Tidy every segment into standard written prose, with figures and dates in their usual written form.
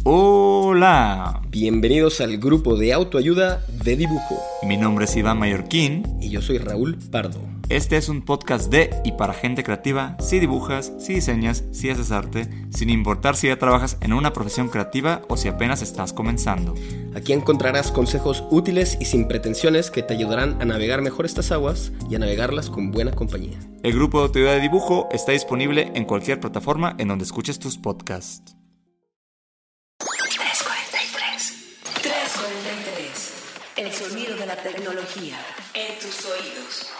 Hola. Bienvenidos al grupo de autoayuda de dibujo. Mi nombre es Iván Mallorquín. Y yo soy Raúl Pardo. Este es un podcast de y para gente creativa. Si dibujas, si diseñas, si haces arte, sin importar si ya trabajas en una profesión creativa o si apenas estás comenzando. Aquí encontrarás consejos útiles y sin pretensiones que te ayudarán a navegar mejor estas aguas y a navegarlas con buena compañía. El grupo de autoayuda de dibujo está disponible en cualquier plataforma en donde escuches tus podcasts. 343. El sonido de la tecnología en tus oídos.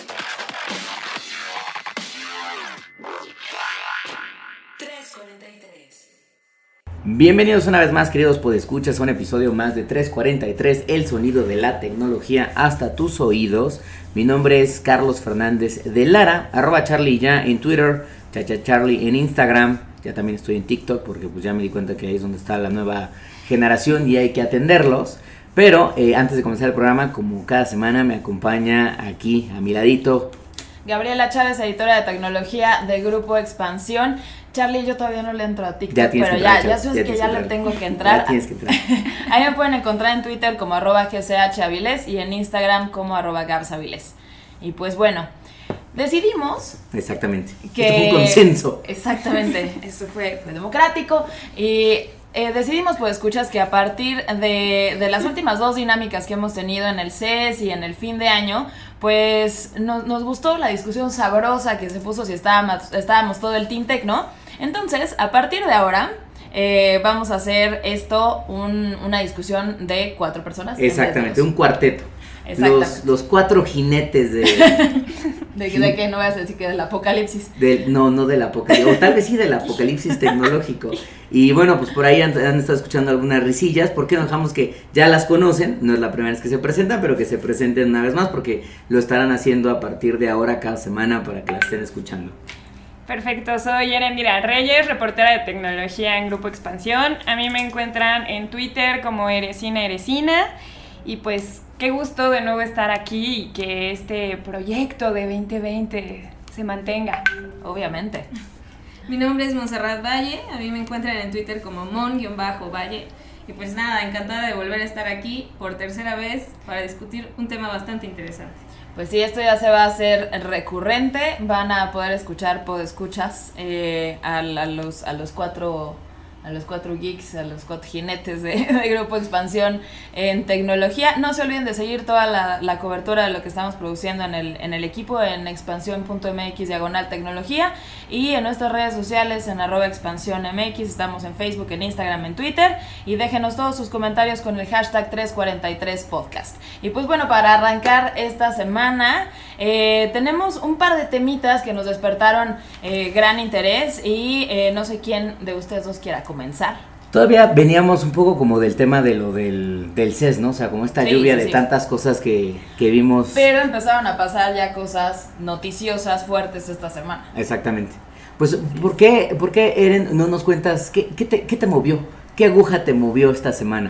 Bienvenidos una vez más, queridos podescuchas, a un episodio más de 343, el sonido de la tecnología hasta tus oídos. Mi nombre es Carlos Fernández de Lara, @Charlie ya en Twitter, chachacharlie en Instagram. Ya también estoy en TikTok porque pues ya me di cuenta que ahí es donde está la nueva generación y hay que atenderlos. Pero antes de comenzar el programa, como cada semana, me acompaña aquí a mi ladito Gabriela Chávez, editora de tecnología de Grupo Expansión. Charlie, yo todavía no le entro a TikTok, pero ya sabes que ya le tengo que entrar. Ya tienes que entrar. Ahí me pueden encontrar en Twitter como @GCHAvilés y en Instagram como @GabsAvilés. Y pues bueno, decidimos... Exactamente. Que, esto fue un consenso. Exactamente, eso fue democrático. Y decidimos, pues escuchas, que a partir de las últimas dos dinámicas que hemos tenido en el CES y en el fin de año, pues nos gustó la discusión sabrosa que se puso si estábamos todo el Team Tech, ¿no? Entonces, a partir de ahora... vamos a hacer esto una discusión de 4 personas. Exactamente, un cuarteto. Exactamente. Los 4 jinetes de... ¿De qué? No voy a decir que del apocalipsis. No del apocalipsis, o tal vez sí del apocalipsis tecnológico. Y bueno, pues por ahí han estado escuchando algunas risillas. ¿Por qué no dejamos que ya las conocen? No es la primera vez que se presentan, pero que se presenten una vez más, porque lo estarán haciendo a partir de ahora cada semana para que la estén escuchando. Perfecto, soy Erendira Reyes, reportera de tecnología en Grupo Expansión. A mí me encuentran en Twitter como Eresina. Y pues qué gusto de nuevo estar aquí y que este proyecto de 2020 se mantenga, obviamente. Mi nombre es Montserrat Valle, a mí me encuentran en Twitter como mon_valle. Y pues nada, encantada de volver a estar aquí por tercera vez para discutir un tema bastante interesante. Pues sí, esto ya se va a hacer recurrente. Van a poder escuchar podescuchas a los cuatro geeks, a los 4 jinetes de Grupo Expansión en tecnología. No se olviden de seguir toda la cobertura de lo que estamos produciendo en el equipo en expansión.mx/tecnología y en nuestras redes sociales en @expansiónmx. Estamos en Facebook, en Instagram, en Twitter, y déjenos todos sus comentarios con el hashtag 343podcast. Y pues bueno, para arrancar esta semana tenemos un par de temitas que nos despertaron gran interés y no sé quién de ustedes dos quiera comenzar. Todavía veníamos un poco como del tema de lo del CES, ¿no? O sea, como esta lluvia de tantas cosas que vimos. Pero empezaron a pasar ya cosas noticiosas fuertes esta semana. Exactamente. Pues, ¿por qué Eren, no nos cuentas qué te movió? ¿Qué aguja te movió esta semana?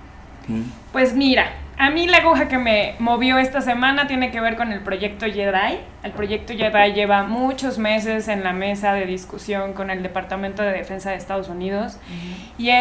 Pues mira, a mí la aguja que me movió esta semana tiene que ver con el proyecto Jedi. El proyecto Jedi lleva muchos meses en la mesa de discusión con el Departamento de Defensa de Estados Unidos. Y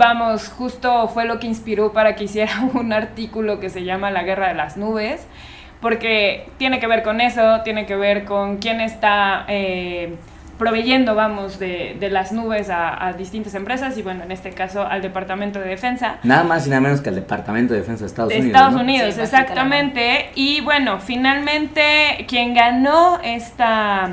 justo fue lo que inspiró para que hiciera un artículo que se llama La Guerra de las Nubes, porque tiene que ver con eso, tiene que ver con quién está proveyendo, de las nubes a distintas empresas y bueno, en este caso al Departamento de Defensa. Nada más y nada menos que al Departamento de Defensa de Estados Unidos. Estados ¿no? Unidos, sí, exactamente. Y bueno, finalmente quien ganó esta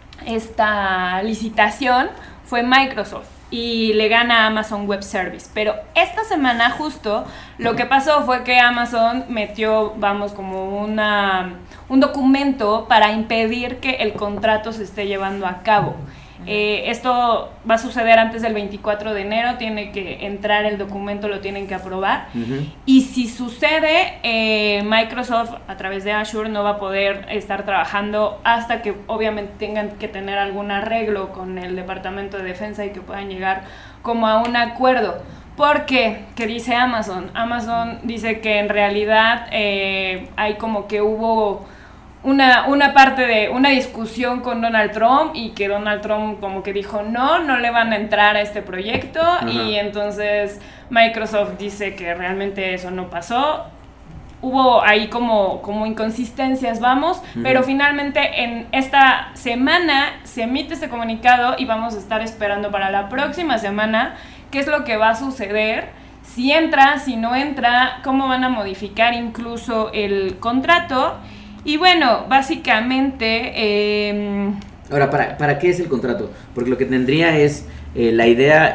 licitación fue Microsoft y le gana a Amazon Web Service. Pero esta semana justo lo que pasó fue que Amazon metió, como un documento para impedir que el contrato se esté llevando a cabo. Esto va a suceder antes del 24 de enero, tiene que entrar el documento, lo tienen que aprobar. Y si sucede, Microsoft a través de Azure no va a poder estar trabajando hasta que obviamente tengan que tener algún arreglo con el Departamento de Defensa y que puedan llegar como a un acuerdo. ¿Por qué? ¿Qué dice Amazon? Amazon dice que en realidad hay como que hubo una parte de una discusión con Donald Trump y que Donald Trump como que dijo no le van a entrar a este proyecto. Ajá. Y entonces Microsoft dice que realmente eso no pasó. Hubo ahí como inconsistencias, pero finalmente en esta semana se emite este comunicado y vamos a estar esperando para la próxima semana qué es lo que va a suceder, si entra, si no entra, cómo van a modificar incluso el contrato. Y bueno, básicamente... Ahora, ¿para qué es el contrato? Porque lo que tendría es la idea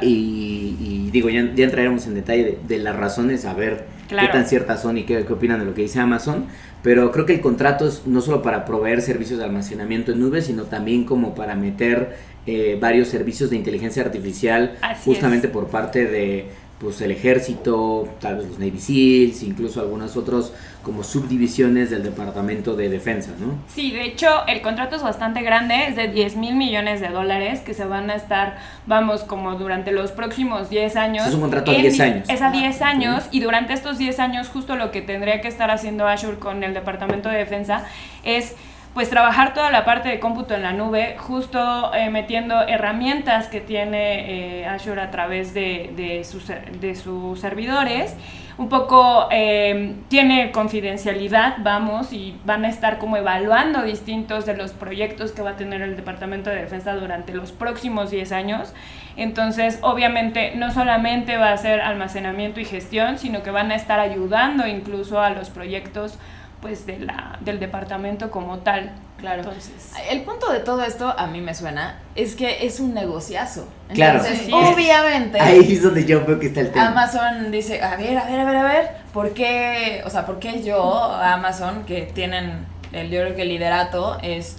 y digo, ya entraremos en detalle de las razones, a ver qué tan ciertas son y qué opinan de lo que dice Amazon, pero creo que el contrato es no solo para proveer servicios de almacenamiento en nube, sino también como para meter varios servicios de inteligencia artificial. Así justamente es. Por parte de pues el ejército, tal vez los Navy Seals, incluso algunas otros como subdivisiones del Departamento de Defensa, ¿no? Sí, de hecho el contrato es bastante grande, es de $10 mil millones que se van a estar, como durante los próximos 10 años. Es un contrato a 10 años. Es a 10 años, y durante estos 10 años justo lo que tendría que estar haciendo Azure con el Departamento de Defensa es pues trabajar toda la parte de cómputo en la nube, justo metiendo herramientas que tiene Azure a través de sus servidores. Un poco tiene confidencialidad, y van a estar como evaluando distintos de los proyectos que va a tener el Departamento de Defensa durante los próximos 10 años. Entonces, obviamente, no solamente va a ser almacenamiento y gestión, sino que van a estar ayudando incluso a los proyectos pues del departamento como tal. Claro. Entonces, el punto de todo esto, a mí me suena, es que es un negociazo. Entonces, claro. Obviamente. Ahí es donde yo veo que está el tema. Amazon dice, a ver, ¿por qué yo, Amazon, que tienen yo creo que el liderato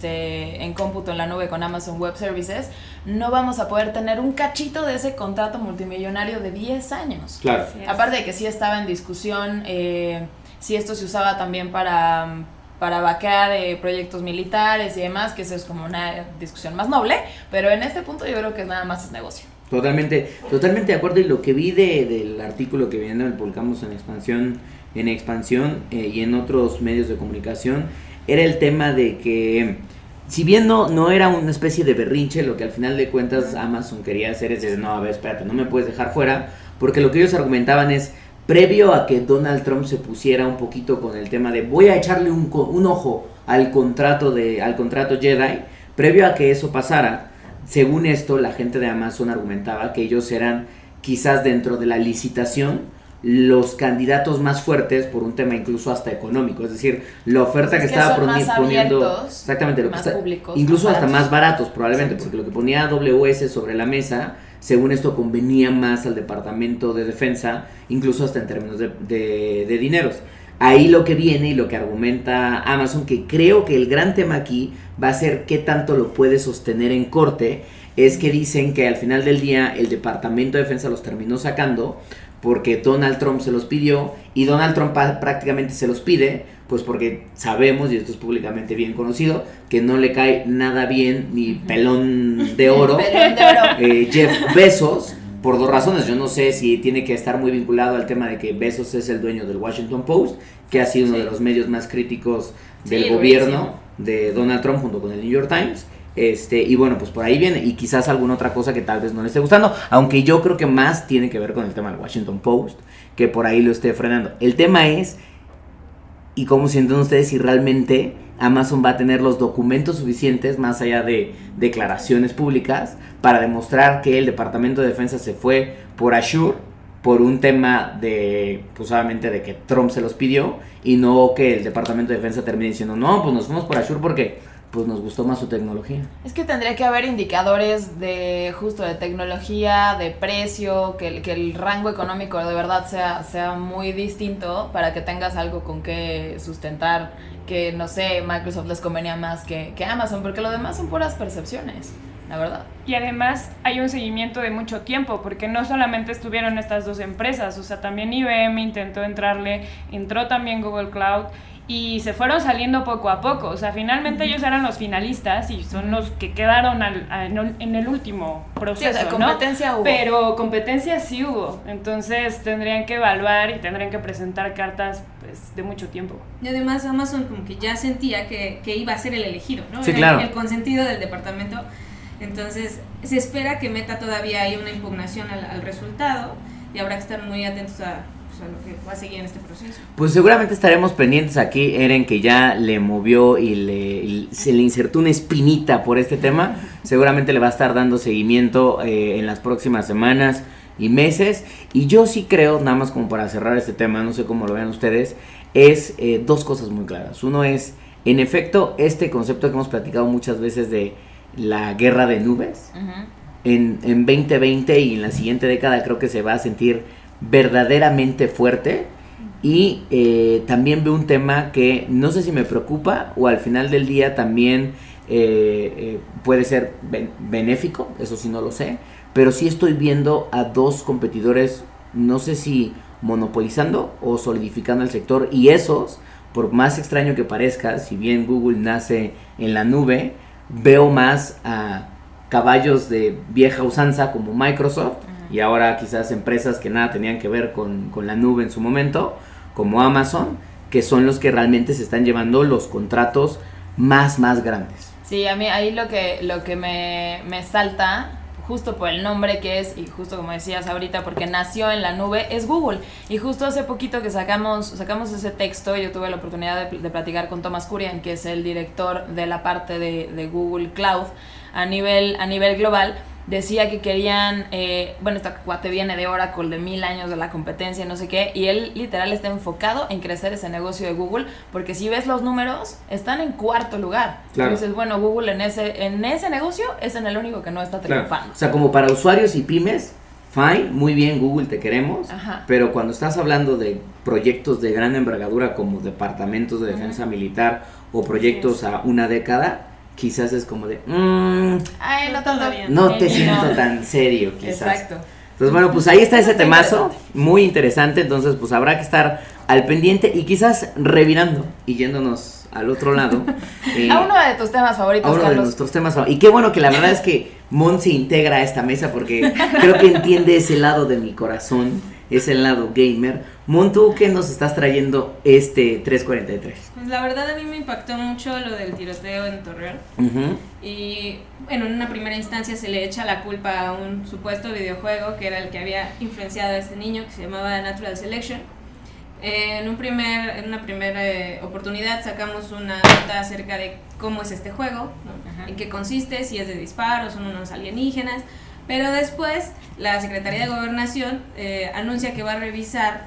en cómputo en la nube con Amazon Web Services, no vamos a poder tener un cachito de ese contrato multimillonario de 10 años? Claro. Aparte de que sí estaba en discusión, si esto se usaba también para vaquear proyectos militares y demás, que eso es como una discusión más noble, pero en este punto yo creo que nada más es negocio. Totalmente de acuerdo, y lo que vi del artículo que publicamos en Expansión y en otros medios de comunicación, era el tema de que si bien no era una especie de berrinche, lo que al final de cuentas Amazon quería hacer es decir, no, a ver, espérate, no me puedes dejar fuera, porque lo que ellos argumentaban es, previo a que Donald Trump se pusiera un poquito con el tema de voy a echarle un ojo al contrato Jedi, previo a que eso pasara, según esto, la gente de Amazon argumentaba que ellos eran quizás dentro de la licitación los candidatos más fuertes por un tema incluso hasta económico, es decir, la oferta que estaba poniendo, exactamente, lo que está, públicos, incluso hasta más baratos probablemente, porque lo que ponía AWS sobre la mesa, según esto convenía más al Departamento de Defensa, incluso hasta en términos de dineros. Ahí lo que viene y lo que argumenta Amazon, que creo que el gran tema aquí va a ser qué tanto lo puede sostener en corte, es que dicen que al final del día el Departamento de Defensa los terminó sacando porque Donald Trump se los pidió, y Donald Trump prácticamente se los pide pues porque sabemos, y esto es públicamente bien conocido, que no le cae nada bien ni pelón de oro Jeff Bezos, por dos razones. Yo no sé si tiene que estar muy vinculado al tema de que Bezos es el dueño del Washington Post, que ha sido uno de los medios más críticos del gobierno de Donald Trump junto con el New York Times. Y bueno, pues por ahí viene, y quizás alguna otra cosa que tal vez no le esté gustando, aunque yo creo que más tiene que ver con el tema del Washington Post, que por ahí lo esté frenando. El tema es, y cómo sienten ustedes si realmente Amazon va a tener los documentos suficientes, más allá de declaraciones públicas, para demostrar que el Departamento de Defensa se fue por Azure, por un tema pues obviamente de que Trump se los pidió, y no que el Departamento de Defensa termine diciendo, no, pues nos fuimos por Azure porque pues nos gustó más su tecnología. Es que tendría que haber indicadores de tecnología, de precio, que el rango económico de verdad sea muy distinto para que tengas algo con que sustentar, que no sé, Microsoft les convenía más que Amazon, porque lo demás son puras percepciones, la verdad. Y además hay un seguimiento de mucho tiempo, porque no solamente estuvieron estas dos empresas, o sea, también IBM entró también Google Cloud, y se fueron saliendo poco a poco. O sea, finalmente ellos eran los finalistas y son los que quedaron en el último proceso, sí, o sea, competencia ¿no? hubo. Pero competencia sí hubo. Entonces tendrían que evaluar y tendrían que presentar cartas pues de mucho tiempo. Y además Amazon como que ya sentía que iba a ser el elegido, ¿no? Sí, Era claro. el consentido del departamento. Entonces se espera que Meta todavía haya una impugnación al resultado y habrá que estar muy atentos a lo que va a seguir en este proceso. Pues seguramente estaremos pendientes aquí, Eren, que ya le movió y se le insertó una espinita por este tema. Seguramente le va a estar dando seguimiento en las próximas semanas y meses. Y yo sí creo, nada más como para cerrar este tema, no sé cómo lo vean ustedes, es dos cosas muy claras. Uno es, en efecto, este concepto que hemos platicado muchas veces de la guerra de nubes. Ujú. En 2020 y en la siguiente década creo que se va a sentir verdaderamente fuerte. Y también veo un tema que no sé si me preocupa o al final del día también puede ser benéfico, eso sí no lo sé, pero sí estoy viendo a dos competidores, no sé si monopolizando o solidificando el sector, y esos, por más extraño que parezca, si bien Google nace en la nube, veo más a caballos de vieja usanza como Microsoft, y ahora quizás empresas que nada tenían que ver con la nube en su momento, como Amazon, que son los que realmente se están llevando los contratos más grandes. Sí, a mí ahí lo que me salta, justo por el nombre que es, y justo como decías ahorita, porque nació en la nube, es Google. Y justo hace poquito que sacamos ese texto, yo tuve la oportunidad de platicar con Thomas Kurian, que es el director de la parte de Google Cloud a nivel global. Decía que querían, esta cuate viene de Oracle, de 1000 años de la competencia, no sé qué, y él literal está enfocado en crecer ese negocio de Google, porque si ves los números, están en cuarto lugar. Claro. Entonces, bueno, Google en ese negocio es en el único que no está triunfando. O sea, como para usuarios y pymes, fine, muy bien Google, te queremos. Ajá. Pero cuando estás hablando de proyectos de gran envergadura como departamentos de defensa militar o proyectos a una década, quizás es como de... Ay, no tanto. Todavía. no te No. siento tan serio, quizás. Exacto. Entonces, bueno, pues ahí está ese Está temazo, interesante. muy interesante. Entonces, pues habrá que estar al pendiente y quizás revirando y yéndonos al otro lado. A uno de tus temas favoritos, a uno de Carlos. nuestros temas. Y qué bueno que la verdad es que Mon se integra a esta mesa porque creo que entiende ese lado de mi corazón, ese lado gamer. Mon, ¿tú qué nos estás trayendo este 343? Pues la verdad a mí me impactó mucho lo del tiroteo en Torreón. Ujú. Y bueno, en una primera instancia se le echa la culpa a un supuesto videojuego que era el que había influenciado a este niño, que se llamaba Natural Selection. En una primera oportunidad sacamos una nota acerca de cómo es este juego, ¿no? En qué consiste, si es de disparos, son unos alienígenas. Pero después la Secretaría de Gobernación anuncia que va a revisar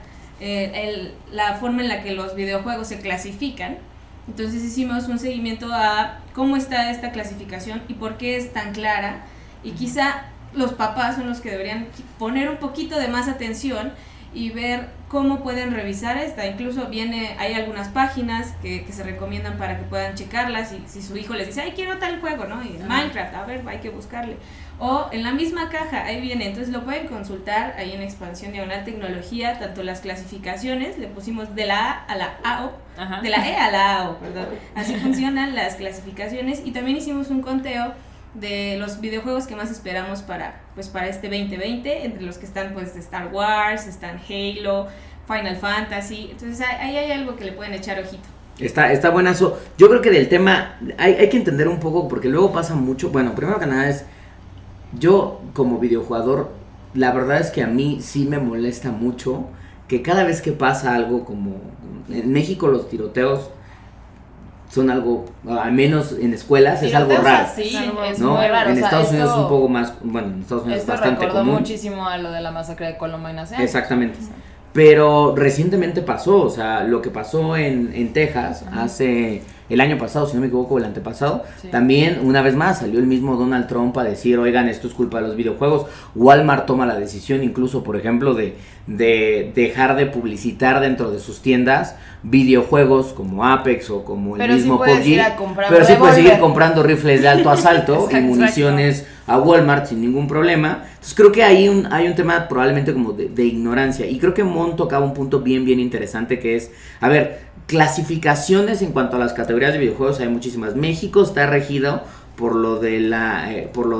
la forma en la que los videojuegos se clasifican. Entonces hicimos un seguimiento a cómo está esta clasificación y por qué es tan clara, y quizá los papás son los que deberían poner un poquito de más atención y ver cómo pueden revisar esta. Incluso hay algunas páginas que se recomiendan para que puedan checarlas, y si su hijo les dice, ay, quiero tal juego, ¿no? Y Minecraft, a ver, hay que buscarle. O en la misma caja, ahí viene, entonces lo pueden consultar ahí en Expansión Diagonal Tecnología, tanto las clasificaciones, le pusimos de la A a la AO, Ajá. de la E a la AO, perdón. Así funcionan las clasificaciones, y también hicimos un conteo de los videojuegos que más esperamos para este 2020, entre los que están pues Star Wars, están Halo, Final Fantasy. Entonces ahí hay algo que le pueden echar ojito. Está buenazo. Yo creo que del tema hay que entender un poco, porque luego pasa mucho. Bueno, primero que nada es, yo como videojugador, la verdad es que a mí sí me molesta mucho que cada vez que pasa algo como... En México los tiroteos son algo, al menos en escuelas, es algo raro. Sí, es ¿no? muy raro. En O sea, Estados Unidos es esto- un poco más, bueno, en Estados Unidos es Esto bastante recordó común. muchísimo a lo de la masacre de Columbine hace años. Exactamente. Pero recientemente pasó, o sea, lo que pasó en Texas hace el año pasado, si no me equivoco, el antepasado, Sí. también una vez más salió el mismo Donald Trump a decir, oigan, esto es culpa de los videojuegos. Walmart toma la decisión incluso, por ejemplo, de dejar de publicitar dentro de sus tiendas videojuegos como Apex o como el Pero sí mismo puedes PUBG. ir a comprar Pero sí puedes revólver. seguir comprando rifles de alto asalto y Exacto. municiones a Walmart sin ningún problema. Entonces creo que hay un tema probablemente como de ignorancia, y creo que Mon tocaba un punto bien interesante, que es, a ver, clasificaciones en cuanto a las categorías de videojuegos hay muchísimas. México está regido por lo de la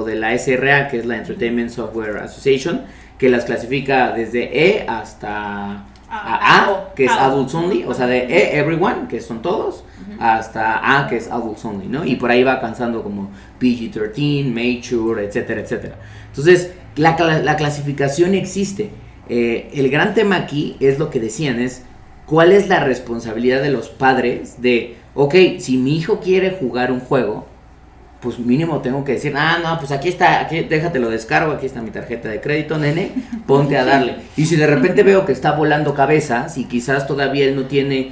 SRA, que es la Entertainment Software Association, que las clasifica desde E hasta A, que es Adults Only, o sea, de E, Everyone, que son todos, hasta A, que es Adults Only, ¿no? Y por ahí va alcanzando como PG-13, Mature, etcétera, etcétera. Entonces, la clasificación existe. El gran tema aquí es lo que decían, es cuál es la responsabilidad de los padres de, ok, si mi hijo quiere jugar un juego, pues mínimo tengo que decir, no, pues aquí está, aquí, déjate lo descargo, aquí está mi tarjeta de crédito, nene, ponte a darle. Y si de repente veo que está volando cabezas y quizás todavía él no tiene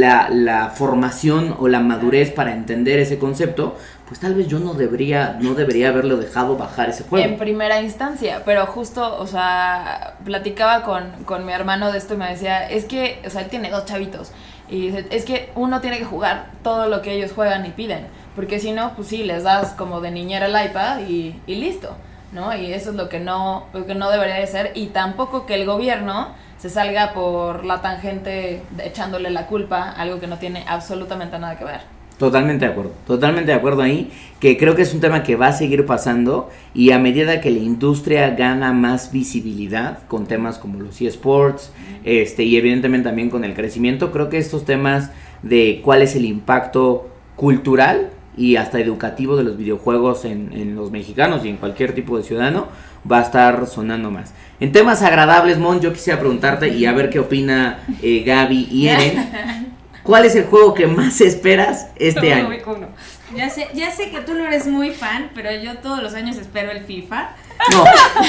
la formación o la madurez para entender ese concepto, pues tal vez yo no debería haberlo dejado bajar ese juego. En primera instancia, pero justo, o sea, platicaba con mi hermano de esto y me decía, es que, o sea, él tiene 2 chavitos, y dice, es que uno tiene que jugar todo lo que ellos juegan y piden, porque si no, pues sí, les das como de niñera el iPad y listo, ¿no? Y eso es lo que no debería de ser, y tampoco que el gobierno se salga por la tangente echándole la culpa a algo que no tiene absolutamente nada que ver. Totalmente de acuerdo ahí, que creo que es un tema que va a seguir pasando, y a medida que la industria gana más visibilidad con temas como los eSports, y evidentemente también con el crecimiento, creo que estos temas de cuál es el impacto cultural y hasta educativo de los videojuegos en los mexicanos y en cualquier tipo de ciudadano va a estar sonando más. En temas agradables, Mon, yo quisiera preguntarte y a ver qué opina Gaby y Eren. ¿Cuál es el juego que más esperas este año? Ya sé que tú no eres muy fan, pero yo todos los años espero el FIFA. No.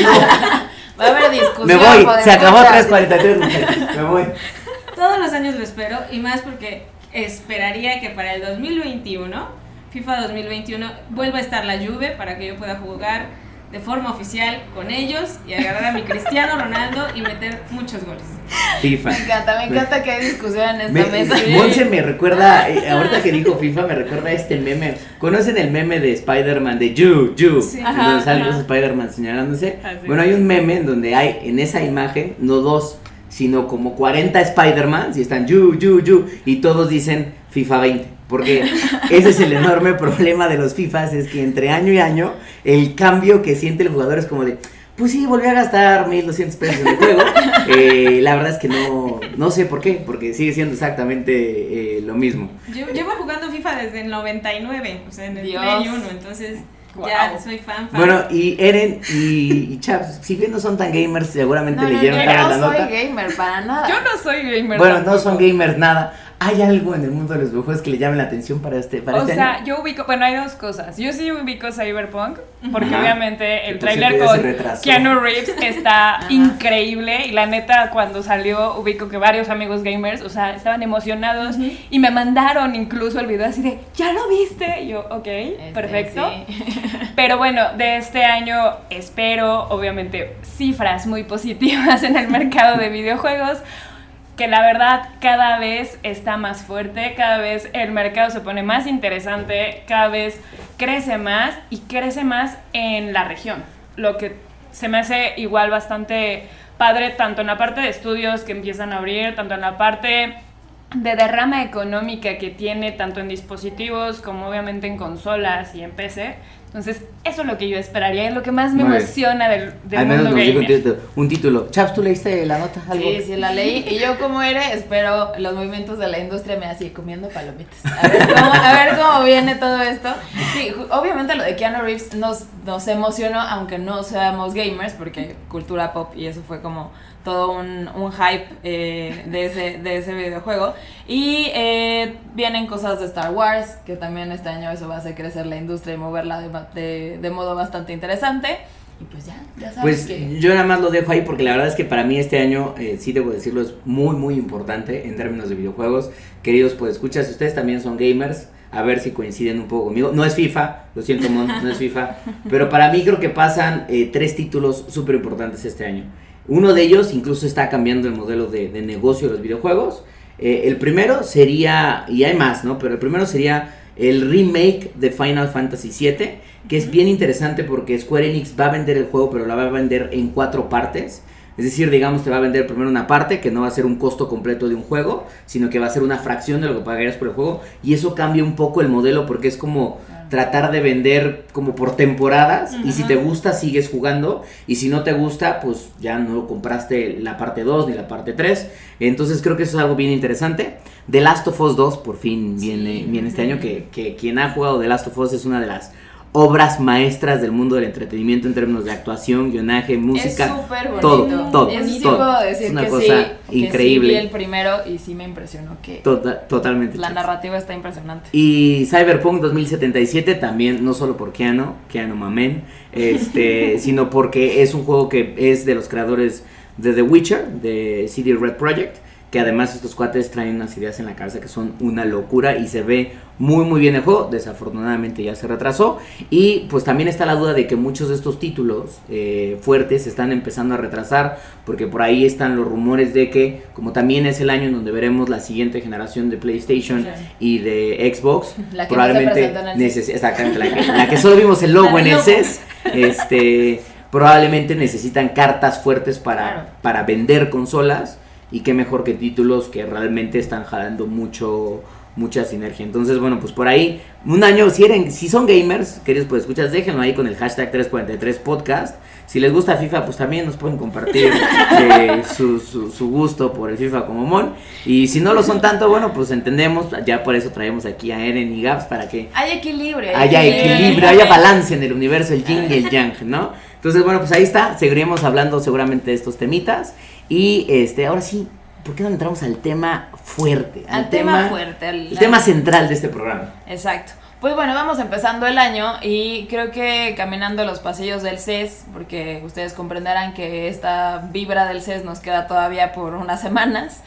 Va a haber discusión. Me voy, se acabó 3:43, me voy. Todos los años lo espero, y más porque esperaría que para el 2021, FIFA 2021, vuelva a estar la Juve para que yo pueda jugar de forma oficial con ellos y agarrar a mi Cristiano Ronaldo y meter muchos goles. FIFA. Me encanta que hay discusión en esta mesa. Monse me recuerda, ahorita que dijo FIFA, me recuerda a este meme. ¿Conocen el meme de Spider-Man de You? Sí. Donde salen los Spider-Man señalándose. Bueno, hay un meme en donde hay en esa imagen, no 2, sino como 40 Spider-Man, y están You, y todos dicen FIFA 20. Porque ese es el enorme problema de los FIFAs, es que entre año y año el cambio que siente el jugador es como de, pues sí, volví a gastar 1,200 pesos en el juego. La verdad es que no sé por qué, porque sigue siendo exactamente lo mismo. Yo llevo jugando FIFA desde el 99, o sea, en el Dios. Play 1, entonces ya soy fan. Bueno, y Eren y Chaps, si bien no son tan gamers, seguramente leyeron cara la nota. Yo no soy gamer para nada. Yo no soy gamer. Bueno, tampoco. no son gamers nada. ¿Hay algo en el mundo de los videojuegos que le llame la atención para este año? Yo ubico, bueno, hay 2 cosas. Yo sí ubico Cyberpunk, porque Ajá. obviamente el Que por tráiler cierto ya se con retrasó. Keanu Reeves está increíble, y la neta cuando salió ubico que varios amigos gamers, o sea, estaban emocionados y me mandaron incluso el video así de, ¿ya lo viste? Y yo, ok, perfecto. Sí. Pero bueno, de este año espero obviamente cifras muy positivas en el mercado de videojuegos, que la verdad cada vez está más fuerte, cada vez el mercado se pone más interesante, cada vez crece más en la región, lo que se me hace igual bastante padre, tanto en la parte de estudios que empiezan a abrir, tanto en la parte de derrama económica que tiene tanto en dispositivos como obviamente en consolas y en PC. Entonces, eso es lo que yo esperaría, es lo que más me emociona del Al menos mundo nos digo gamer. un título. Chaps, ¿tú leíste la nota? ¿Algo? Sí, la leí, y yo como espero los movimientos de la industria me así comiendo palomitas. A ver cómo viene todo esto. Sí, obviamente lo de Keanu Reeves nos emocionó, aunque no seamos gamers, porque cultura pop, y eso fue como todo un hype de ese videojuego. Y vienen cosas de Star Wars, que también este año eso va a hacer crecer la industria y moverla de modo bastante interesante. Y pues ya sabes pues que... yo nada más lo dejo ahí, porque la verdad es que para mí este año, sí debo decirlo, es muy muy importante en términos de videojuegos. Queridos escuchas, si ustedes también son gamers, a ver si coinciden un poco conmigo. No es FIFA, lo siento, Mon, no es FIFA, pero para mí creo que pasan 3 títulos súper importantes este año. Uno de ellos incluso está cambiando el modelo de negocio de los videojuegos. El primero sería, y hay más, ¿no? Pero el primero sería el remake de Final Fantasy VII, que es bien interesante porque Square Enix va a vender el juego, pero la va a vender en 4 partes. Es decir, digamos, te va a vender primero una parte que no va a ser un costo completo de un juego, sino que va a ser una fracción de lo que pagarías por el juego, y eso cambia un poco el modelo porque es como tratar de vender como por temporadas, y si te gusta sigues jugando, y si no te gusta pues ya no compraste la parte 2 ni la parte 3. Entonces creo que eso es algo bien interesante. The Last of Us 2 por fin viene este año, que quien ha jugado The Last of Us es una de las obras maestras del mundo del entretenimiento en términos de actuación, guionaje, música, es súper bonito. todo. Sí puedo decir es una que cosa increíble. Sí vi el primero y sí me impresionó que Totalmente. la narrativa está impresionante. Y Cyberpunk 2077 también, no solo por Keanu Mamen, sino porque es un juego que es de los creadores de The Witcher, de CD Red Project, que además estos cuates traen unas ideas en la cabeza que son una locura y se ve muy muy bien el juego. Desafortunadamente ya se retrasó, y pues también está la duda de que muchos de estos títulos fuertes se están empezando a retrasar, porque por ahí están los rumores de que como también es el año en donde veremos la siguiente generación de PlayStation y de Xbox, la que probablemente no se presentó en el CES. exactamente la que solo vimos el logo en el CES, probablemente necesitan cartas fuertes para vender consolas. Y qué mejor que títulos que realmente están jalando mucha sinergia. Entonces, bueno, pues por ahí, un año, si son gamers, queridos pues escuchas, déjenlo ahí con el hashtag 343podcast. Si les gusta FIFA, pues también nos pueden compartir su gusto por el FIFA como Mon. Y si no lo son tanto, bueno, pues entendemos, ya por eso traemos aquí a Eren y Gaps para que haya equilibrio, haya balance en el universo, el yin y el yang, ¿no? Entonces, bueno, pues ahí está, seguiremos hablando seguramente de estos temitas. Y ahora sí, ¿por qué no entramos al tema fuerte? Al tema central de este programa. Exacto. Pues bueno, vamos empezando el año y creo que caminando los pasillos del CES, porque ustedes comprenderán que esta vibra del CES nos queda todavía por unas semanas,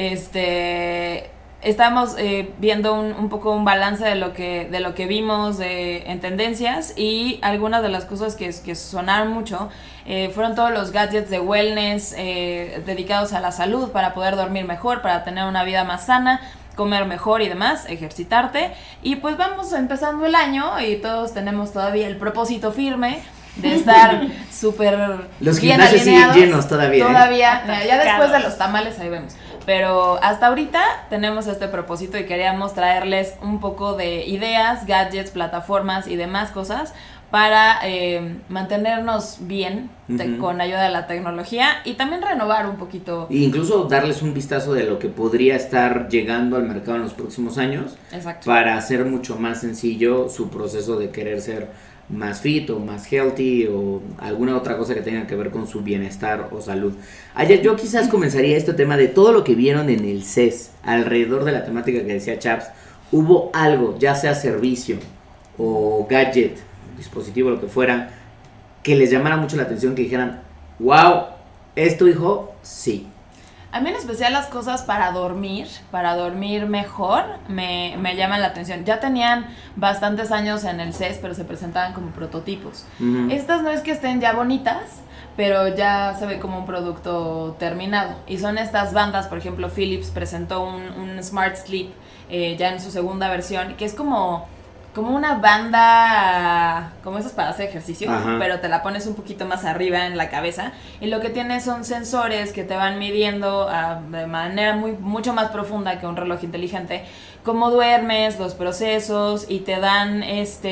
estamos viendo un poco un balance de lo que vimos en tendencias, y algunas de las cosas que sonaron mucho fueron todos los gadgets de wellness dedicados a la salud, para poder dormir mejor, para tener una vida más sana, comer mejor y demás, ejercitarte. Y pues vamos empezando el año y todos tenemos todavía el propósito firme de estar súper los bien gimnasios alineados. siguen llenos todavía. Ya después de los tamales ahí vemos. Pero hasta ahorita tenemos este propósito y queríamos traerles un poco de ideas, gadgets, plataformas y demás cosas para mantenernos bien con ayuda de la tecnología, y también renovar un poquito. E incluso darles un vistazo de lo que podría estar llegando al mercado en los próximos años. Exacto. Para hacer mucho más sencillo su proceso de querer ser más fit o más healthy o alguna otra cosa que tenga que ver con su bienestar o salud. Ayer yo quizás comenzaría este tema de todo lo que vieron en el CES alrededor de la temática que decía Chaps. ¿Hubo algo, ya sea servicio o gadget, dispositivo, lo que fuera, que les llamara mucho la atención, que dijeran, wow, esto, hijo, sí? A mí en especial las cosas para dormir mejor, me llaman la atención. Ya tenían bastantes años en el CES, pero se presentaban como prototipos. Estas no es que estén ya bonitas, pero ya se ve como un producto terminado. Y son estas bandas, por ejemplo, Philips presentó un Smart Sleep ya en su segunda versión, que es como una banda, como esas para hacer ejercicio, pero te la pones un poquito más arriba en la cabeza, y lo que tiene son sensores que te van midiendo de manera mucho más profunda que un reloj inteligente cómo duermes, los procesos, y te dan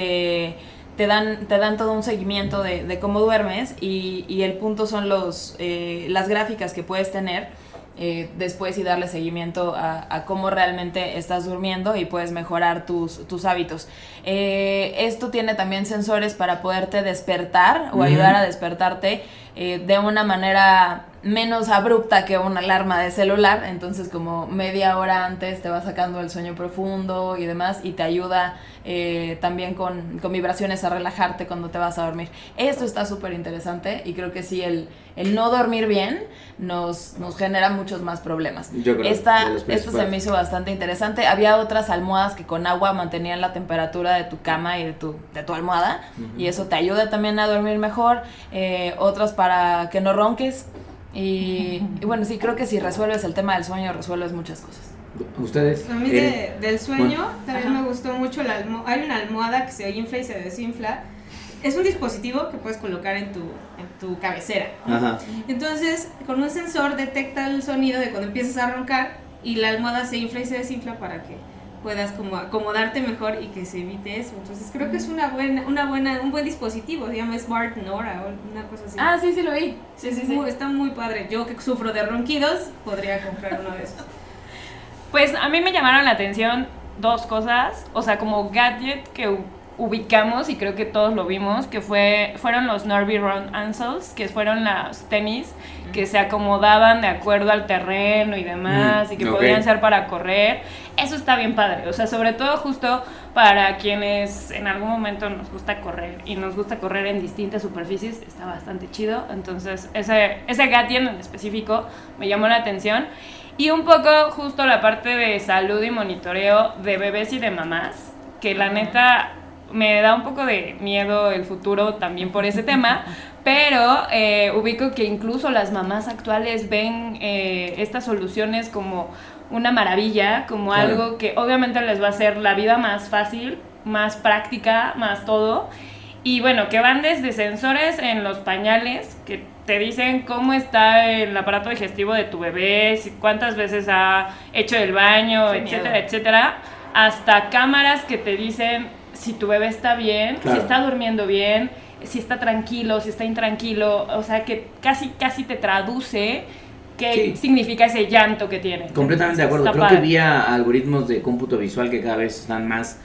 te dan todo un seguimiento de cómo duermes, y el punto son las gráficas que puedes tener después, y darle seguimiento a cómo realmente estás durmiendo, y puedes mejorar tus hábitos. Esto tiene también sensores para poderte despertar o ayudar a despertarte de una manera menos abrupta que una alarma de celular. Entonces, como media hora antes te va sacando el sueño profundo y demás, y te ayuda también con vibraciones a relajarte cuando te vas a dormir. Esto está súper interesante, y creo que sí, el no dormir bien nos genera muchos más problemas. Yo creo esta se me hizo bastante interesante. Había otras almohadas que con agua mantenían la temperatura de tu cama y de tu almohada, y eso te ayuda también a dormir mejor. Otras para que no ronques, y bueno, sí, creo que si resuelves el tema del sueño, resuelves muchas cosas. ¿Ustedes? A mí del sueño también me gustó mucho hay una almohada que se infla y se desinfla, es un dispositivo que puedes colocar en tu cabecera. Ajá. Entonces, con un sensor detecta el sonido de cuando empiezas a roncar y la almohada se infla y se desinfla para que puedas como acomodarte mejor y que se evite eso. Entonces, creo que es un buen dispositivo, se llama Smart Nora o una cosa así. Ah, sí, lo vi. Sí. Está muy padre. Yo que sufro de ronquidos, podría comprar uno de esos. Pues a mí me llamaron la atención dos cosas, o sea, como gadget que ubicamos y creo que todos lo vimos, que fueron los Norby Run Ansols, que fueron los tenis que se acomodaban de acuerdo al terreno y demás, y que podían ser para correr. Eso está bien padre, o sea, sobre todo justo para quienes en algún momento nos gusta correr y nos gusta correr en distintas superficies, está bastante chido. Entonces ese gadget en específico me llamó la atención. Y un poco justo la parte de salud y monitoreo de bebés y de mamás, que la neta me da un poco de miedo el futuro también por ese tema, pero ubico que incluso las mamás actuales ven estas soluciones como una maravilla, como algo que obviamente les va a hacer la vida más fácil, más práctica, más todo. Y bueno, que van desde sensores en los pañales, que te dicen cómo está el aparato digestivo de tu bebé, cuántas veces ha hecho el baño, etcétera, hasta cámaras que te dicen si tu bebé está bien, si está durmiendo bien, si está tranquilo, si está intranquilo, o sea, que casi te traduce qué significa ese llanto que tiene. Completamente de acuerdo. Creo que vía algoritmos de cómputo visual que cada vez están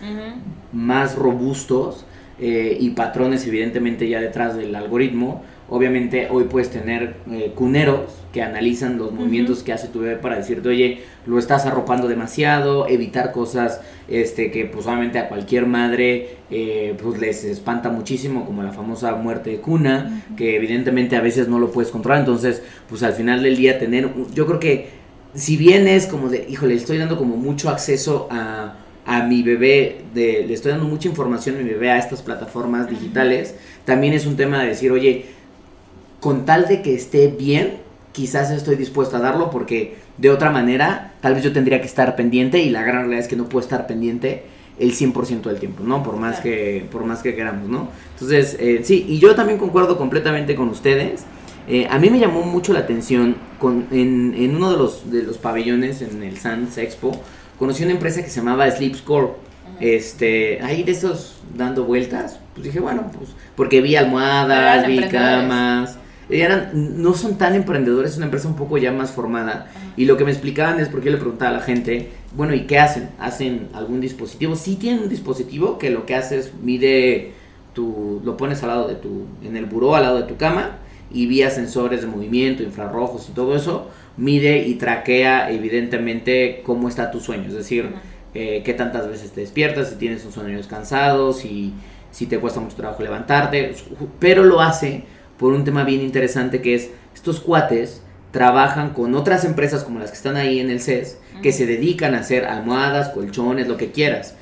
más robustos, y patrones evidentemente ya detrás del algoritmo. Obviamente hoy puedes tener cuneros que analizan los movimientos que hace tu bebé para decirte, oye, lo estás arropando demasiado, evitar cosas que pues obviamente a cualquier madre pues les espanta muchísimo, como la famosa muerte de cuna, que evidentemente a veces no lo puedes controlar. Entonces pues al final del día yo creo que si bien es como de, híjole, estoy dando como mucho acceso a mi bebé, le estoy dando mucha información a mi bebé a estas plataformas digitales, también es un tema de decir, oye, con tal de que esté bien, quizás estoy dispuesto a darlo, porque de otra manera tal vez yo tendría que estar pendiente, y la gran realidad es que no puedo estar pendiente el 100% del tiempo, ¿no? Por más que queramos, ¿no? Entonces, sí, y yo también concuerdo completamente con ustedes. A mí me llamó mucho la atención en uno de los pabellones en el Sands Expo. Conocí una empresa que se llamaba Sleep Score. Ahí de esos dando vueltas, pues dije, bueno, pues porque vi almohadas, vi camas. No son tan emprendedores, es una empresa un poco ya más formada. Y lo que me explicaban es, porque yo le preguntaba a la gente, bueno, ¿y qué hacen? ¿Hacen algún dispositivo? Sí tienen un dispositivo que lo que hace es mide lo pones al lado en el buró al lado de tu cama, y vía sensores de movimiento, infrarrojos y todo eso, mide y traquea evidentemente cómo está tu sueño, es decir, qué tantas veces te despiertas, si tienes un sueño descansado, si te cuesta mucho trabajo levantarte, pero lo hace por un tema bien interesante, que es, estos cuates trabajan con otras empresas como las que están ahí en el CES, que se dedican a hacer almohadas, colchones, lo que quieras,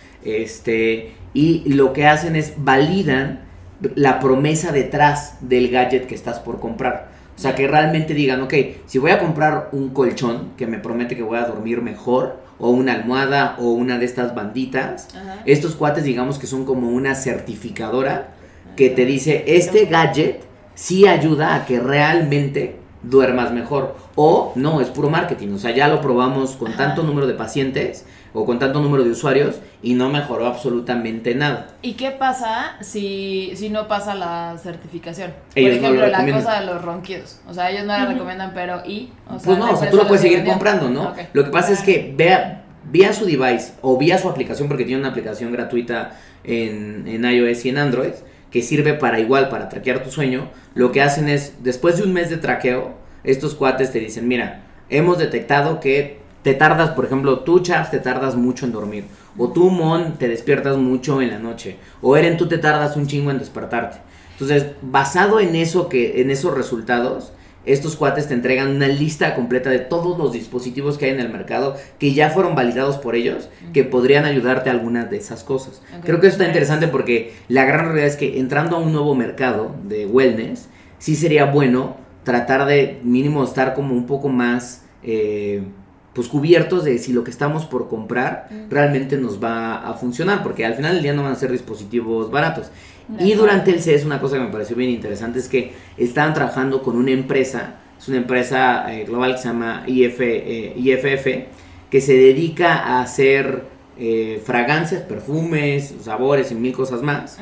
y lo que hacen es validan la promesa detrás del gadget que estás por comprar. O sea, que realmente digan, ok, si voy a comprar un colchón que me promete que voy a dormir mejor, o una almohada, o una de estas banditas, estos cuates digamos que son como una certificadora que te dice, este gadget sí ayuda a que realmente duermas mejor. O no, es puro marketing, o sea, ya lo probamos con tanto número de pacientes o con tanto número de usuarios y no mejoró absolutamente nada. ¿Y qué pasa si no pasa la certificación? Ellos por ejemplo, no lo la recomiendan. cosa de los ronquidos. O sea, ellos no la recomiendan, pero o sea, pues no, o sea, tú lo puedes seguir comprando, ¿no? Okay. Lo que pasa es que vía su device o vía su aplicación, porque tiene una aplicación gratuita en iOS y en Android, que sirve para traquear tu sueño. Lo que hacen es, después de un mes de traqueo, estos cuates te dicen, mira, hemos detectado que te tardas, por ejemplo, tú, Chaps, te tardas mucho en dormir, o tú, Mon, te despiertas mucho en la noche, o Eren, tú te tardas un chingo en despertarte. Entonces, basado en esos resultados, estos cuates te entregan una lista completa de todos los dispositivos que hay en el mercado, que ya fueron validados por ellos, que podrían ayudarte a algunas de esas cosas. Creo que eso está interesante, porque la gran realidad es que entrando a un nuevo mercado de wellness, sí sería bueno tratar de mínimo estar como un poco más pues cubiertos de si lo que estamos por comprar realmente nos va a funcionar, porque al final del día no van a ser dispositivos baratos. Y durante el CES una cosa que me pareció bien interesante es que estaban trabajando con una empresa, es una empresa global que se llama IFF, que se dedica a hacer fragancias, perfumes, sabores y mil cosas más.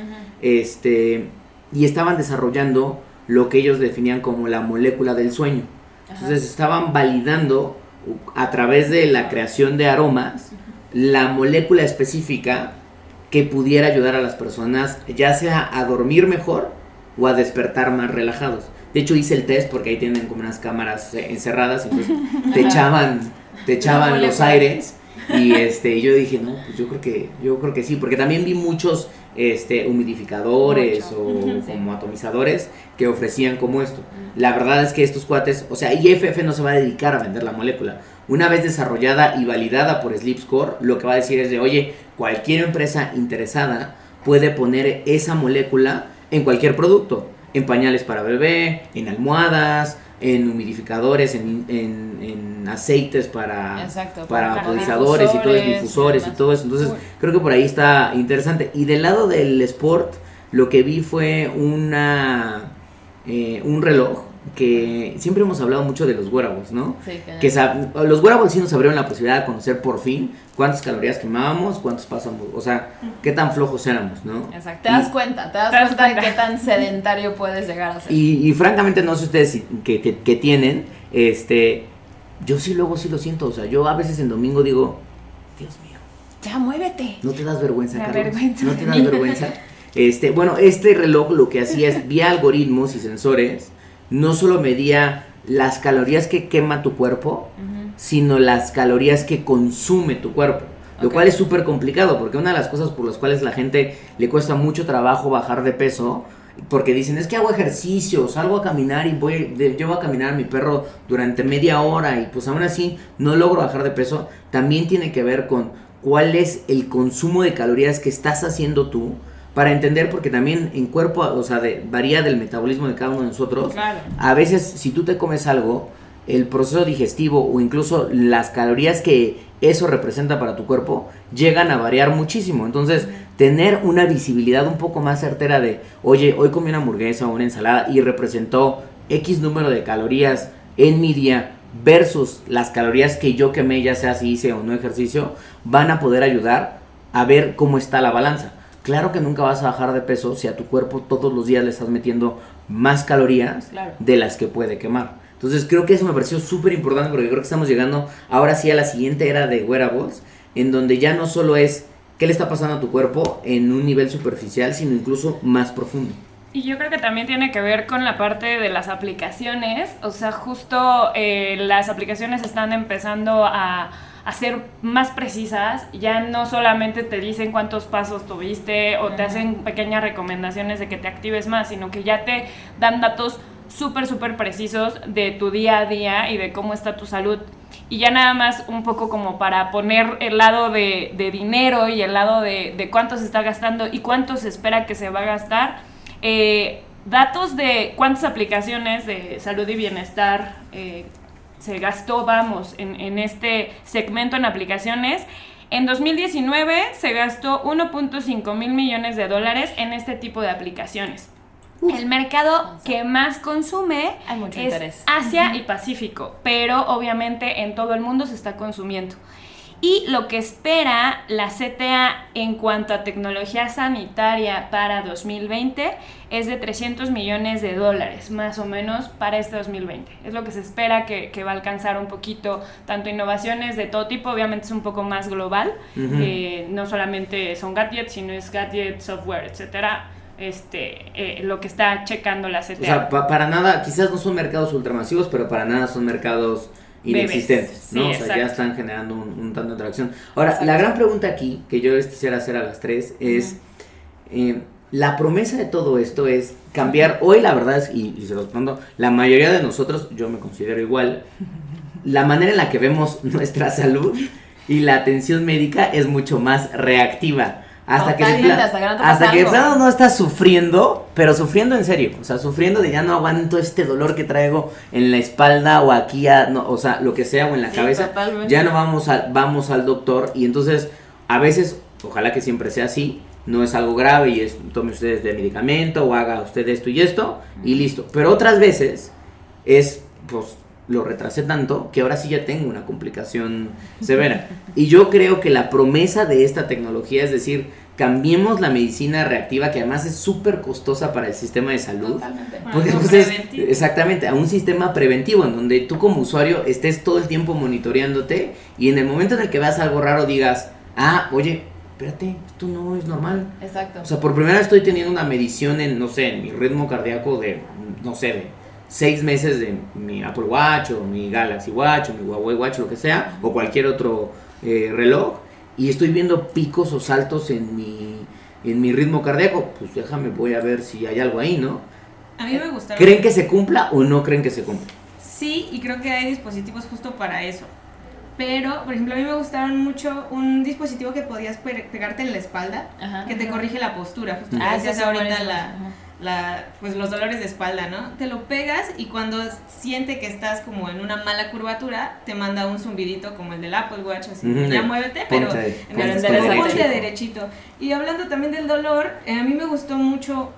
Y estaban desarrollando lo que ellos definían como la molécula del sueño. Entonces estaban validando a través de la creación de aromas la molécula específica que pudiera ayudar a las personas ya sea a dormir mejor o a despertar más relajados. De hecho hice el test porque ahí tienen como unas cámaras encerradas, entonces te echaban los aires y yo dije, no, pues yo creo que sí, porque también vi muchos humidificadores como atomizadores que ofrecían como esto. La verdad es que estos cuates, o sea, IFF no se va a dedicar a vender la molécula. Una vez desarrollada y validada por Sleep Score, lo que va a decir es de, oye, cualquier empresa interesada puede poner esa molécula en cualquier producto, en pañales para bebé, en almohadas, en humidificadores, en aceites para atomizadores y todo eso, difusores y todo eso. Entonces, creo que por ahí está interesante. Y del lado del sport, lo que vi fue un reloj que siempre hemos hablado mucho de los wearables, ¿no? Sí, que los wearables sí nos abrieron la posibilidad de conocer por fin cuántas calorías quemábamos, cuántos pasamos, o sea, qué tan flojos éramos, ¿no? Exacto, te das cuenta de qué tan sedentario puedes llegar a ser. Y francamente no sé ustedes que tienen, yo sí luego sí lo siento, o sea, yo a veces en domingo digo, Dios mío. Ya, muévete. ¿No te das vergüenza, Carlos? ¿No te das vergüenza? Este reloj lo que hacía es, vía algoritmos y sensores, no solo medía las calorías que quema tu cuerpo, sino las calorías que consume tu cuerpo. Lo cual es súper complicado, porque una de las cosas por las cuales la gente le cuesta mucho trabajo bajar de peso, porque dicen, es que hago ejercicio, salgo a caminar y llevo a caminar a mi perro durante media hora y pues aún así no logro bajar de peso, también tiene que ver con cuál es el consumo de calorías que estás haciendo tú, para entender, porque también en cuerpo, o sea, varía del metabolismo de cada uno de nosotros. Claro. A veces, si tú te comes algo, el proceso digestivo o incluso las calorías que eso representa para tu cuerpo llegan a variar muchísimo. Entonces, tener una visibilidad un poco más certera de, oye, hoy comí una hamburguesa o una ensalada y representó X número de calorías en mi día versus las calorías que yo quemé, ya sea si hice o no ejercicio, van a poder ayudar a ver cómo está la balanza. Claro que nunca vas a bajar de peso si a tu cuerpo todos los días le estás metiendo más calorías de las que puede quemar. Entonces creo que eso me pareció súper importante, porque creo que estamos llegando ahora sí a la siguiente era de wearables, en donde ya no solo es qué le está pasando a tu cuerpo en un nivel superficial, sino incluso más profundo. Y yo creo que también tiene que ver con la parte de las aplicaciones, o sea, justo las aplicaciones están empezando a ser más precisas, ya no solamente te dicen cuántos pasos tuviste o te hacen pequeñas recomendaciones de que te actives más, sino que ya te dan datos súper precisos de tu día a día y de cómo está tu salud. Y ya nada más un poco como para poner el lado de dinero y el lado de cuánto se está gastando y cuánto se espera que se va a gastar, datos de cuántas aplicaciones de salud y bienestar se gastó, en este segmento en aplicaciones. En 2019 se gastó 1.5 mil millones de dólares en este tipo de aplicaciones. El mercado que más consume es Asia y Pacífico, pero obviamente en todo el mundo se está consumiendo. Y lo que espera la CTA en cuanto a tecnología sanitaria para 2020 es de 300 millones de dólares, más o menos, para este 2020. Es lo que se espera que va a alcanzar un poquito, tanto innovaciones de todo tipo, obviamente es un poco más global, no solamente son gadgets, sino es gadget, software, etcétera. Lo que está checando la CTA. O sea, para nada, quizás no son mercados ultramasivos, pero para nada son mercados inexistentes, ¿no? Sí, o sea, ya están generando un tanto de atracción. Ahora, la gran pregunta aquí, que yo les quisiera hacer a las tres, es la promesa de todo esto es cambiar. Hoy la verdad es, y se los respondo, la mayoría de nosotros, yo me considero igual, la manera en la que vemos nuestra salud y la atención médica es mucho más reactiva hasta que Totalmente, de hasta que no te pasa de algo. plano no estás sufriendo, pero sufriendo en serio, o sea, sufriendo de ya no aguanto este dolor que traigo en la espalda o aquí, o sea, lo que sea, o en la Sí, cabeza, totalmente. ya no vamos al doctor, y entonces a veces, ojalá que siempre sea así, no es algo grave y es tome usted este medicamento o haga usted esto y esto y listo, pero otras veces es, pues, lo retrasé tanto que ahora sí ya tengo una complicación severa. Y yo creo que la promesa de esta tecnología es decir, cambiemos la medicina reactiva, que además es súper costosa para el sistema de salud. Totalmente. Porque Algo entonces, preventivo. exactamente, a un sistema preventivo en donde tú como usuario estés todo el tiempo monitoreándote y en el momento en el que veas algo raro digas, oye, espérate, esto no es normal. Exacto. O sea, por primera vez estoy teniendo una medición en, no sé, en mi ritmo cardíaco de, no sé, de 6 meses de mi Apple Watch o mi Galaxy Watch o mi Huawei Watch, lo que sea, o cualquier otro reloj, y estoy viendo picos o saltos en mi ritmo cardíaco. Pues déjame, voy a ver si hay algo ahí, ¿no? A mí me gustaron. ¿Creen que se cumpla o no creen que se cumpla? Sí, y creo que hay dispositivos justo para eso. Pero, por ejemplo, a mí me gustaron mucho un dispositivo que podías pegarte en la espalda, Ajá. que te corrige la postura. Justo Mm. que decías sí, son ahorita buenísimos. pues los dolores de espalda, ¿no? Te lo pegas y cuando siente que estás como en una mala curvatura, te manda un zumbidito como el del Apple Watch, así, Ujú, ya de muévete, pero ponte en el derechito. ponte derechito. Y hablando también del dolor, a mí me gustó mucho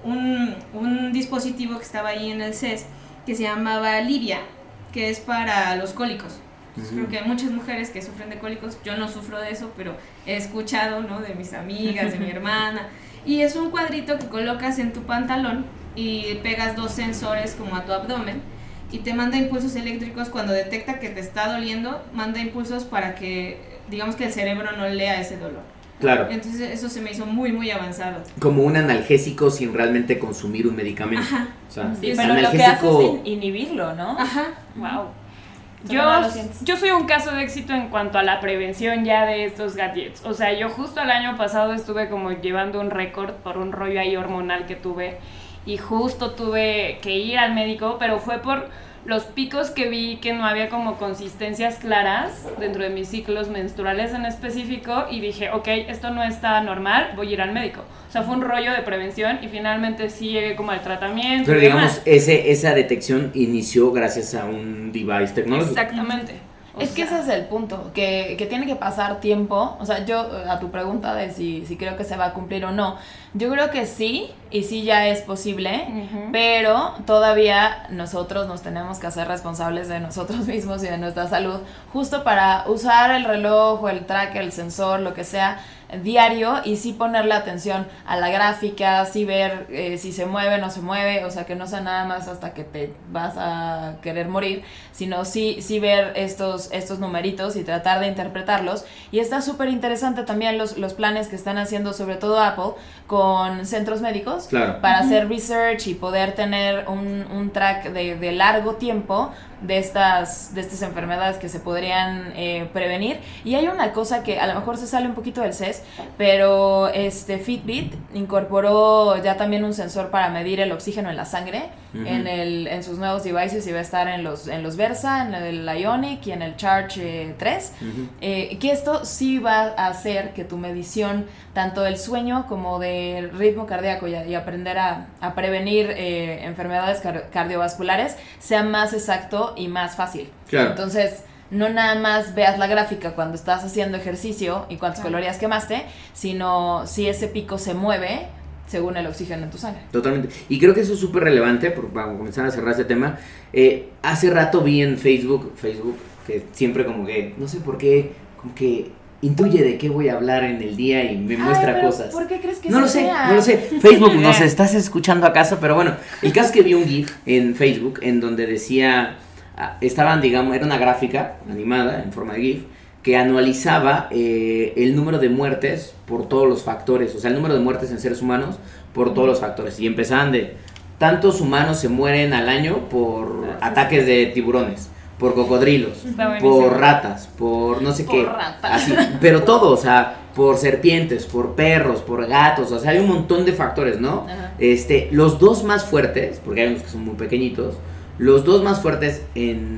un dispositivo que estaba ahí en el CES, que se llamaba Livia, que es para los cólicos. Entonces, creo que hay muchas mujeres que sufren de cólicos, yo no sufro de eso, pero he escuchado, ¿no?, de mis amigas, de mi hermana, y es un cuadrito que colocas en tu pantalón y pegas 2 sensores como a tu abdomen y te manda impulsos eléctricos cuando detecta que te está doliendo, manda impulsos para que, digamos, que el cerebro no lea ese dolor. Claro, Entonces eso se me hizo muy, muy avanzado. como un analgésico sin realmente consumir un medicamento. Ajá. O sea, Sí, Es pero lo que hace analgésico. es inhibirlo, ¿no? Ajá. Wow. Solo no lo sientes. Yo soy un caso de éxito en cuanto a la prevención ya de estos gadgets. O sea, yo justo el año pasado estuve como llevando un récord por un rollo ahí hormonal que tuve y justo tuve que ir al médico, pero fue por los picos que vi que no había como consistencias claras dentro de mis ciclos menstruales en específico y dije, ok, esto no está normal, voy a ir al médico. O sea, fue un rollo de prevención y finalmente sí llegué como al tratamiento. Pero y demás. digamos, esa detección inició gracias a un device tecnológico. Exactamente. O Es que sea, ese es el punto, que tiene que pasar tiempo. O sea, yo, a tu pregunta de si creo que se va a cumplir o no, yo creo que sí, y sí ya es posible, Ujú. pero todavía nosotros nos tenemos que hacer responsables de nosotros mismos y de nuestra salud, justo para usar el reloj o el tracker, el sensor, lo que sea, diario, y sí ponerle atención a la gráfica, sí ver si se mueve o no se mueve, o sea, que no sea nada más hasta que te vas a querer morir, sino sí ver estos numeritos y tratar de interpretarlos. Y está súper interesante también los planes que están haciendo, sobre todo Apple, con centros médicos, Claro. para hacer research y poder tener un track de largo tiempo de estas enfermedades que se podrían prevenir. Y hay una cosa que a lo mejor se sale un poquito del CES, pero Fitbit incorporó ya también un sensor para medir el oxígeno en la sangre. Ujú. en sus nuevos devices, y va a estar en los Versa, en el Ionic y en el Charge 3. Ujú. Que esto sí va a hacer que tu medición tanto del sueño como del ritmo cardíaco y aprender a prevenir enfermedades cardiovasculares sea más exacto y más fácil. Claro. Entonces, no nada más veas la gráfica cuando estás haciendo ejercicio y cuántas Claro. calorías quemaste, sino si ese pico se mueve según el oxígeno en tu sangre. Totalmente. Y creo que eso es súper relevante, para comenzar a cerrar este tema. Hace rato vi en Facebook, que siempre como que, no sé por qué, como que intuye de qué voy a hablar en el día y me muestra pero cosas. ¿por qué crees que No lo sé, sea? no lo sé. Facebook, nos estás escuchando acaso, pero bueno, el caso es que vi un GIF en Facebook en donde decía, estaban, digamos, era una gráfica animada en forma de GIF que anualizaba el número de muertes por todos los factores, o sea, el número de muertes en seres humanos por todos los factores. Y empezaban de, tantos humanos se mueren al año por ataques de tiburones, por cocodrilos, Está buenísimo. por ratas, por no sé Por qué, ratas. así, pero todo, o sea, por serpientes, por perros, por gatos, o sea, hay un montón de factores, ¿no? Ajá. Los dos más fuertes, porque hay unos que son muy pequeñitos, los dos más fuertes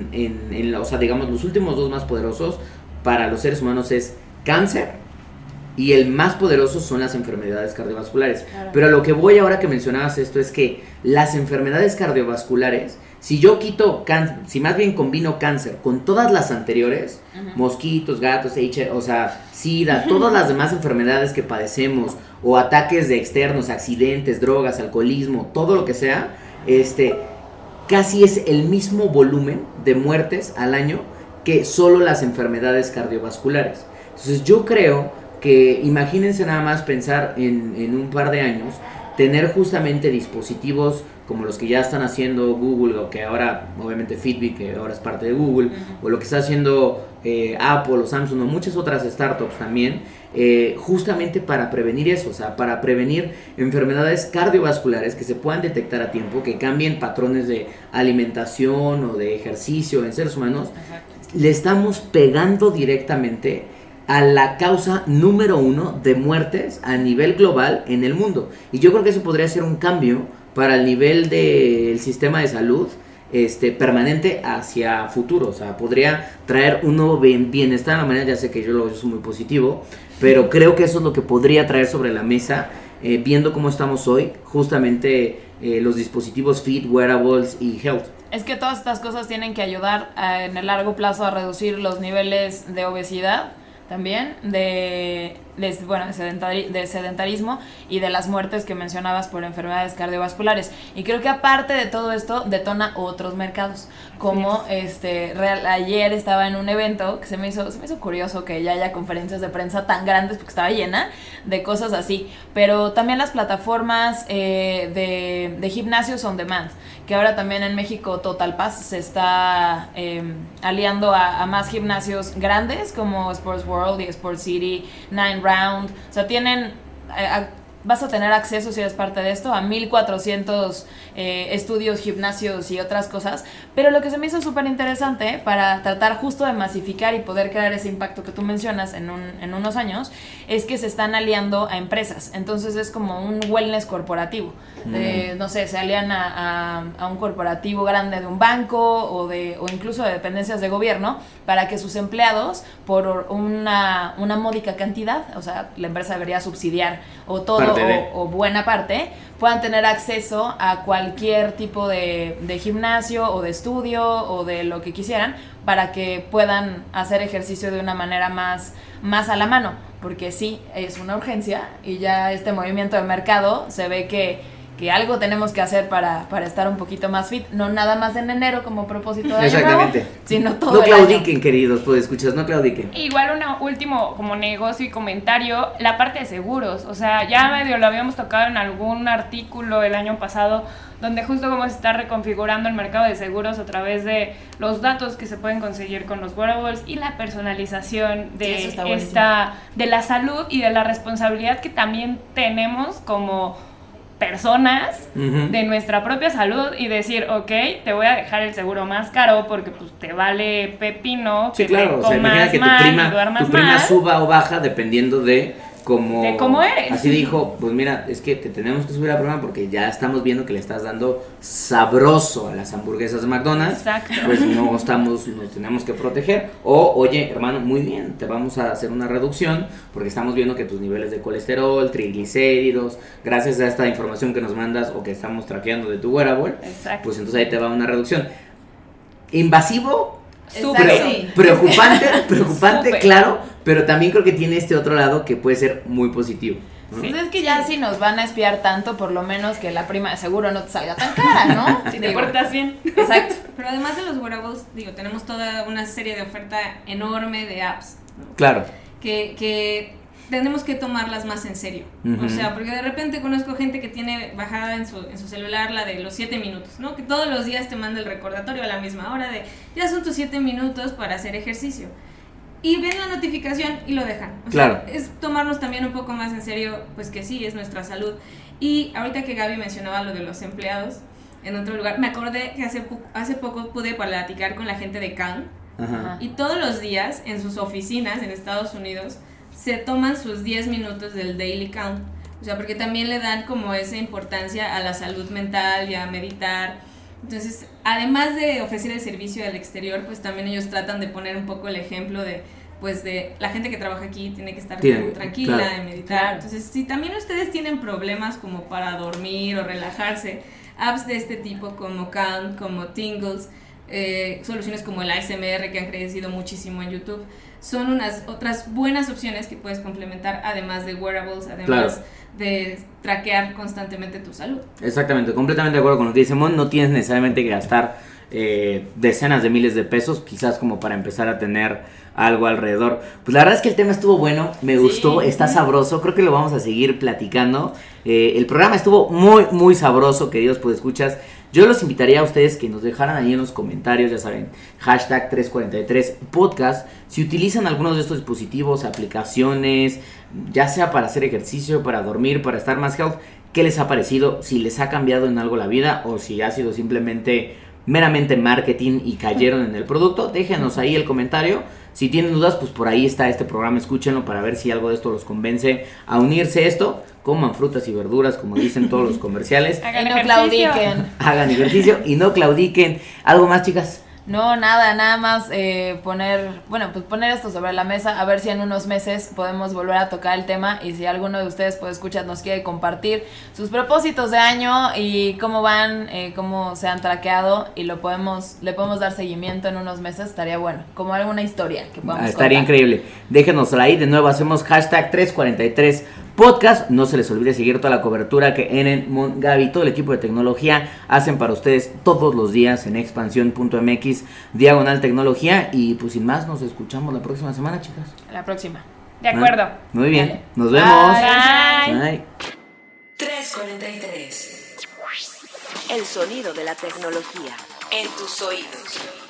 o sea, digamos, los últimos dos más poderosos para los seres humanos es cáncer y el más poderoso son las enfermedades cardiovasculares. Claro. Pero a lo que voy ahora que mencionabas esto es que las enfermedades cardiovasculares, si yo quito cáncer, si más bien combino cáncer con todas las anteriores, mosquitos, gatos, o sea, SIDA, todas las demás enfermedades que padecemos, o ataques de externos, accidentes, drogas, alcoholismo, todo lo que sea, casi es el mismo volumen de muertes al año que solo las enfermedades cardiovasculares. Entonces yo creo que, imagínense nada más pensar en un par de años, tener justamente dispositivos como los que ya están haciendo Google, o que ahora, obviamente Fitbit, que ahora es parte de Google, o lo que está haciendo Apple o Samsung, o muchas otras startups también, justamente para prevenir eso, o sea, para prevenir enfermedades cardiovasculares que se puedan detectar a tiempo, que cambien patrones de alimentación o de ejercicio en seres humanos. Exacto. Le estamos pegando directamente a la causa número 1 de muertes a nivel global en el mundo. Y yo creo que eso podría ser un cambio para el nivel del sistema de salud permanente hacia futuro. O sea, podría traer un nuevo bienestar a la manera. Ya sé que yo soy muy positivo, pero creo que eso es lo que podría traer sobre la mesa, viendo cómo estamos hoy, justamente los dispositivos Fit, wearables y health. Es que todas estas cosas tienen que ayudar en el largo plazo a reducir los niveles de obesidad, también de sedentarismo y de las muertes que mencionabas por enfermedades cardiovasculares. Y creo que aparte de todo esto detona otros mercados, como ayer estaba en un evento que se me hizo curioso que ya haya conferencias de prensa tan grandes porque estaba llena de cosas así, pero también las plataformas de gimnasios on demand, que ahora también en México Total Pass se está aliando a más gimnasios grandes como Sports World y Sports City, Nine Round. O sea, vas a tener acceso, si eres parte de esto, a 1,400 estudios, gimnasios y otras cosas. Pero lo que se me hizo súper interesante para tratar justo de masificar y poder crear ese impacto que tú mencionas en unos años, es que se están aliando a empresas. Entonces es como un wellness corporativo. No sé, se alían a un corporativo grande de un banco o incluso de dependencias de gobierno, para que sus empleados, por una módica cantidad, o sea, la empresa debería subsidiar o todo o buena parte, puedan tener acceso a cualquier tipo de gimnasio o de estudio o de lo que quisieran, para que puedan hacer ejercicio de una manera más a la mano, porque sí, es una urgencia y ya este movimiento de mercado se ve que algo tenemos que hacer para estar un poquito más fit, no nada más en enero como propósito de año nuevo, sino todo el año. No claudiquen, queridos, pues escuchas, no claudiquen. Igual un último como negocio y comentario, la parte de seguros, o sea, ya medio lo habíamos tocado en algún artículo el año pasado, donde justo cómo se está reconfigurando el mercado de seguros a través de los datos que se pueden conseguir con los wearables y la personalización de de la salud y de la responsabilidad que también tenemos como personas de nuestra propia salud, y decir, ok, te voy a dejar el seguro más caro porque pues te vale pepino que te comas que mal y duermas tu prima mal, suba o baja dependiendo de cómo eres. Así dijo, pues mira, es que te tenemos que subir a programa porque ya estamos viendo que le estás dando sabroso a las hamburguesas de McDonald's. Exacto. Pues nos tenemos que proteger. O, oye, hermano, muy bien, te vamos a hacer una reducción porque estamos viendo que tus niveles de colesterol, triglicéridos, gracias a esta información que nos mandas o que estamos traqueando de tu wearable, pues entonces ahí te va una reducción. Invasivo, preocupante, Súper. claro, pero también creo que tiene este otro lado que puede ser muy positivo, ¿no? Pues es que ya si nos van a espiar tanto, por lo menos que la prima de seguro no te salga tan cara, ¿no? Si te portas bien. Exacto. Pero además de los wearables, tenemos toda una serie de oferta enorme de apps, ¿no? Claro. Que tenemos que tomarlas más en serio. Uh-huh. O sea, porque de repente conozco gente que tiene bajada en su celular la de los 7 minutos, ¿no? Que todos los días te manda el recordatorio a la misma hora de ya son tus 7 minutos para hacer ejercicio. Y ven la notificación y lo dejan. O sea, es tomarnos también un poco más en serio, pues que sí, es nuestra salud. Y ahorita que Gaby mencionaba lo de los empleados en otro lugar, me acordé que hace poco pude platicar con la gente de Calm. Ajá. Y todos los días en sus oficinas en Estados Unidos se toman sus 10 minutos del Daily Count. O sea, porque también le dan como esa importancia a la salud mental y a meditar. Entonces, además de ofrecer el servicio al exterior, pues también ellos tratan de poner un poco el ejemplo de pues de la gente que trabaja aquí tiene que estar tranquila, claro. de meditar. Entonces, si también ustedes tienen problemas como para dormir o relajarse, apps de este tipo como Calm, como Tingles, soluciones como el ASMR que han crecido muchísimo en YouTube, son unas otras buenas opciones que puedes complementar, además de wearables, además de traquear constantemente tu salud. Exactamente, completamente de acuerdo con lo que dice Mon. No tienes necesariamente que gastar decenas de miles de pesos, quizás como para empezar a tener algo alrededor. Pues la verdad es que el tema estuvo bueno, me gustó, está sabroso, creo que lo vamos a seguir platicando. El programa estuvo muy, muy sabroso, queridos podescuchas. Yo los invitaría a ustedes que nos dejaran ahí en los comentarios, ya saben, hashtag 343podcast, si utilizan algunos de estos dispositivos, aplicaciones, ya sea para hacer ejercicio, para dormir, para estar más health, ¿qué les ha parecido? Si les ha cambiado en algo la vida o si ha sido simplemente meramente marketing y cayeron en el producto, déjenos ahí el comentario. Si tienen dudas, pues por ahí está este programa, escúchenlo para ver si algo de esto los convence a unirse a esto. Coman frutas y verduras, como dicen todos los comerciales. Y no claudiquen. Hagan ejercicio y no claudiquen. ¿Algo más, chicas? No, nada más poner esto sobre la mesa, a ver si en unos meses podemos volver a tocar el tema, y si alguno de ustedes escuchar nos quiere compartir sus propósitos de año y cómo van, cómo se han traqueado, y le podemos dar seguimiento en unos meses, estaría bueno, como alguna historia que podamos estaría contar. Increíble. Déjenosla ahí, de nuevo hacemos hashtag 343 podcast. No se les olvide seguir toda la cobertura que Enen, Gaby, todo el equipo de tecnología hacen para ustedes todos los días en expansión.mx/tecnología. Y pues sin más, nos escuchamos la próxima semana, chicas. La próxima. De acuerdo. Muy bien, Vale. nos vemos. Bye. Bye. 343. El sonido de la tecnología en tus oídos.